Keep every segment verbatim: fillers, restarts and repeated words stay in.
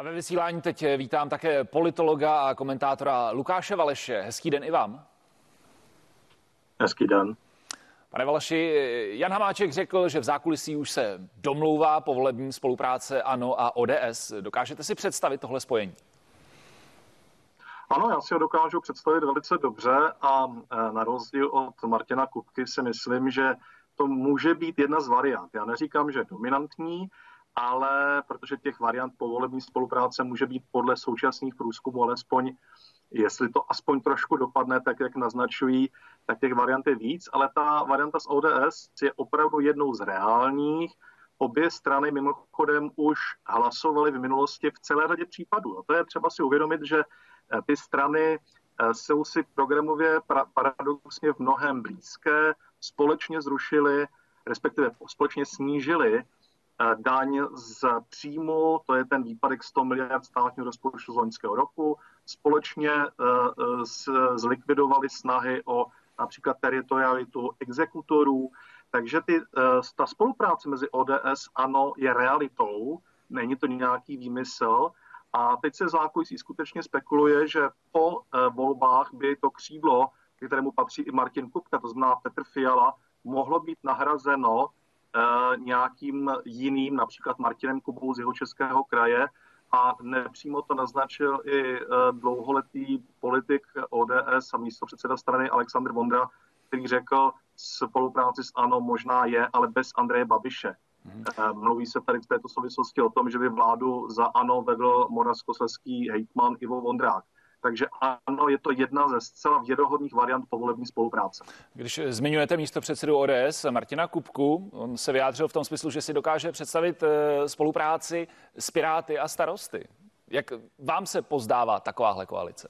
A ve vysílání teď vítám také politologa a komentátora Lukáše Valeše. Hezký den i vám. Hezký den. Pane Valeši, Jan Hamáček řekl, že v zákulisí už se domlouvá povolební spolupráce ANO a O D S. Dokážete si představit tohle spojení? Ano, já si ho dokážu představit velice dobře a na rozdíl od Martina Kupky si myslím, že to může být jedna z variant. Já neříkám, že dominantní, ale protože těch variant povolební spolupráce může být podle současných průzkumů alespoň, jestli to aspoň trošku dopadne, tak jak naznačují, tak těch variant je víc, ale ta varianta z O D S je opravdu jednou z reálních. Obě strany mimochodem už hlasovaly v minulosti v celé řadě případů. A to je třeba si uvědomit, že ty strany jsou si programově paradoxně v mnohem blízké, společně zrušily, respektive společně snížily daň z příjmu, to je ten výpadek sto miliard státního rozpočtu z loňského roku, společně zlikvidovali snahy o například teritorialitu exekutorů, takže ty, ta spolupráce mezi O D S a ANO je realitou, není to nějaký výmysl. A teď se v zákulisí skutečně spekuluje, že po volbách by to křídlo, kterému patří i Martin Kupka, to znamená Petr Fiala, mohlo být nahrazeno nějakým jiným, například Martinem Kubou z Jihočeského kraje. A nepřímo to naznačil i dlouholetý politik O D S a místopředseda strany Alexandr Vondra, který řekl, spolupráci s ANO možná je, ale bez Andreje Babiše. Hmm. Mluví se tady v této souvislosti o tom, že by vládu za ANO vedl moravskoslezský hejtman Ivo Vondrák. Takže ano, je to jedna ze zcela věrohodných variant povolební spolupráce. Když zmiňujete místopředsedu O D S Martina Kupku, on se vyjádřil v tom smyslu, že si dokáže představit spolupráci s Piráty a Starosty. Jak vám se pozdává takováhle koalice?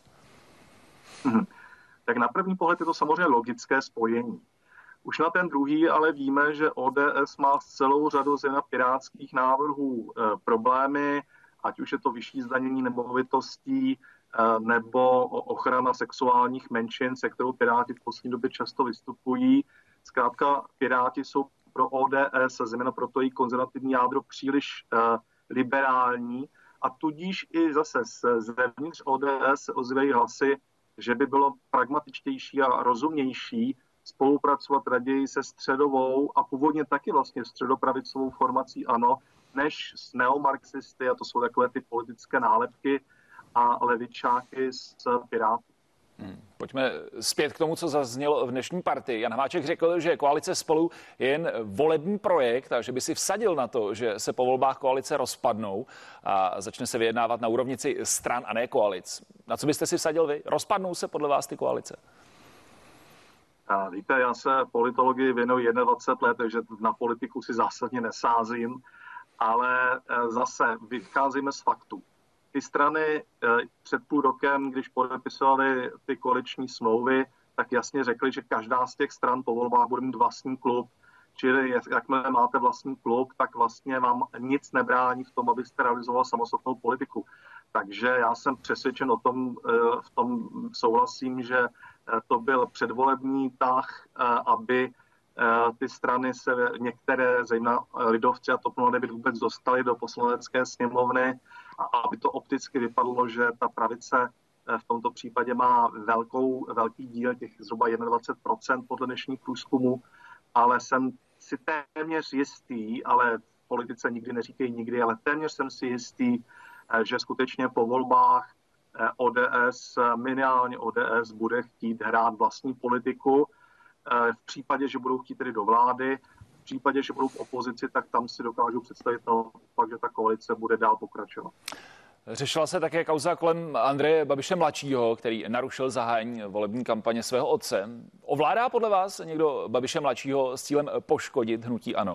Hmm. Tak na první pohled je to samozřejmě logické spojení. Už na ten druhý ale víme, že O D S má s celou řadou zejména pirátských návrhů e, problémy, ať už je to vyšší zdanění nemovitostí, e, nebo ochrana sexuálních menšin, se kterou Piráti v poslední době často vystupují. Zkrátka Piráti jsou pro O D S, zejména pro to její konzervativní jádro, příliš e, liberální a tudíž i zase zevnitř O D S se ozývají hlasy, že by bylo pragmatičtější a rozumnější spolupracovat raději se středovou a původně taky vlastně středopravicovou formací ANO, než s neomarxisty, a to jsou takové ty politické nálepky, a levičáky z Pirátů. Hmm. Pojďme zpět k tomu, co zaznělo v dnešní partii. Jan Hamáček řekl, že koalice Spolu je jen volební projekt a že by si vsadil na to, že se po volbách koalice rozpadnou a začne se vyjednávat na úrovni stran a ne koalic. Na co byste si vsadil vy? Rozpadnou se podle vás ty koalice? A víte, já se politologii věnuji dvacet jedna let, takže na politiku si zásadně nesázím, ale zase vycházíme z faktů. Ty strany před půl rokem, když podepisovaly ty koaliční smlouvy, tak jasně řekli, že každá z těch stran po volbách bude mít vlastní klub. Čili jakmile máte vlastní klub, tak vlastně vám nic nebrání v tom, abyste realizoval samostatnou politiku. Takže já jsem přesvědčen o tom, v tom souhlasím, že to byl předvolební tah, aby ty strany se některé, zejména lidovci a TOP nula devět, vůbec dostali do poslanecké sněmovny a aby to opticky vypadlo, že ta pravice v tomto případě má velkou, velký díl, těch zhruba dvacet jedna procent podle dnešních průzkumů, ale jsem si téměř jistý, ale v politice nikdy neříkají nikdy, ale téměř jsem si jistý, že skutečně po volbách O D S, minimálně O D S, bude chtít hrát vlastní politiku. V případě, že budou chtít tedy do vlády, v případě, že budou v opozici, tak tam si dokážu představit naopak, že ta koalice bude dál pokračovat. Řešila se také kauza kolem Andreje Babiše mladšího, který narušil zahájení volební kampaně svého otce. Ovládá podle vás někdo Babiše mladšího s cílem poškodit hnutí ANO?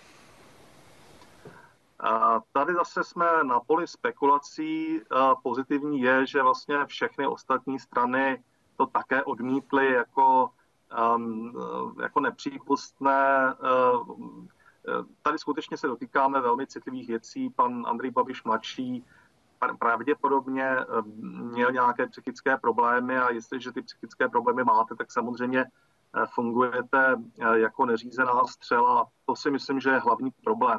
A tady zase jsme na poli spekulací. Pozitivní je, že vlastně všechny ostatní strany to také odmítly jako, um, jako nepřípustné. Tady skutečně se dotýkáme velmi citlivých věcí. Pan Andrej Babiš mladší pravděpodobně měl nějaké psychické problémy a jestliže ty psychické problémy máte, tak samozřejmě fungujete jako neřízená střela. To si myslím, že je hlavní problém.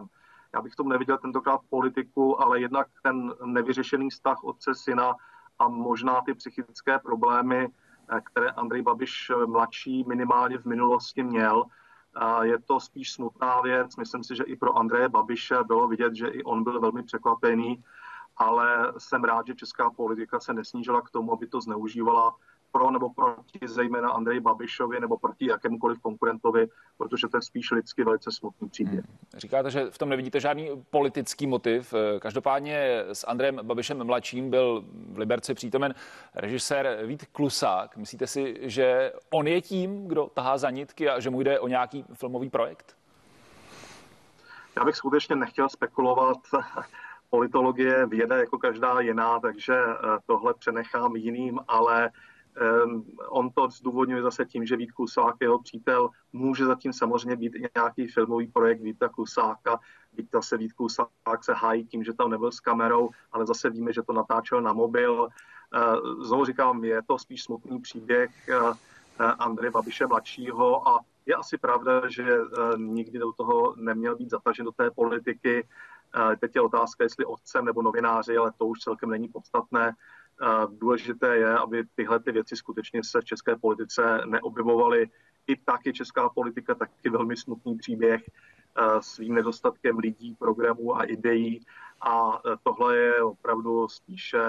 Já bych v tom neviděl tentokrát politiku, ale jednak ten nevyřešený vztah otce syna a možná ty psychické problémy, které Andrej Babiš mladší minimálně v minulosti měl. Je to spíš smutná věc. Myslím si, že i pro Andreje Babiše bylo vidět, že i on byl velmi překvapený, ale jsem rád, že česká politika se nesnížila k tomu, aby to zneužívala pro nebo proti zejména Andreji Babišovi nebo proti jakémukoliv konkurentovi, protože to je spíš lidsky velice smutný příběh. Hmm. Říkáte, že v tom nevidíte žádný politický motiv. Každopádně s Andrejem Babišem mladším byl v Liberci přítomen režisér Vít Klusák. Myslíte si, že on je tím, kdo tahá za nitky a že mu jde o nějaký filmový projekt? Já bych skutečně nechtěl spekulovat. Politologie věda jako každá jiná, takže tohle přenechám jiným, ale on to zdůvodňuje zase tím, že Vít Klusák, jeho přítel, může zatím samozřejmě být i nějaký filmový projekt Víta Klusáka. Byť zase Vít Klusák se hájí tím, že tam nebyl s kamerou, ale zase víme, že to natáčel na mobil. Znovu říkám, je to spíš smutný příběh Andreje Babiše mladšího a je asi pravda, že nikdy do toho neměl být zatažen do té politiky. Teď je otázka, jestli otcem nebo novináři, ale to už celkem není podstatné. Důležité je, aby tyhle ty věci skutečně se v české politice neobjevovaly. I tak je česká politika taky velmi smutný příběh svým nedostatkem lidí, programů a ideí. A tohle je opravdu spíše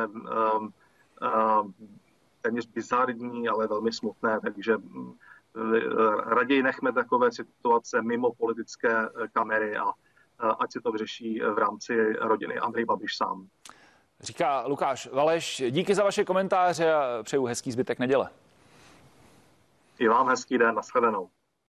téměř bizarní, ale velmi smutné. Takže raději nechme takové situace mimo politické kamery a ať se to vyřeší v rámci rodiny Andrej Babiš sám. Říká Lukáš Valeš. Díky za vaše komentáře a přeju hezký zbytek neděle. I vám hezký den, nashledanou.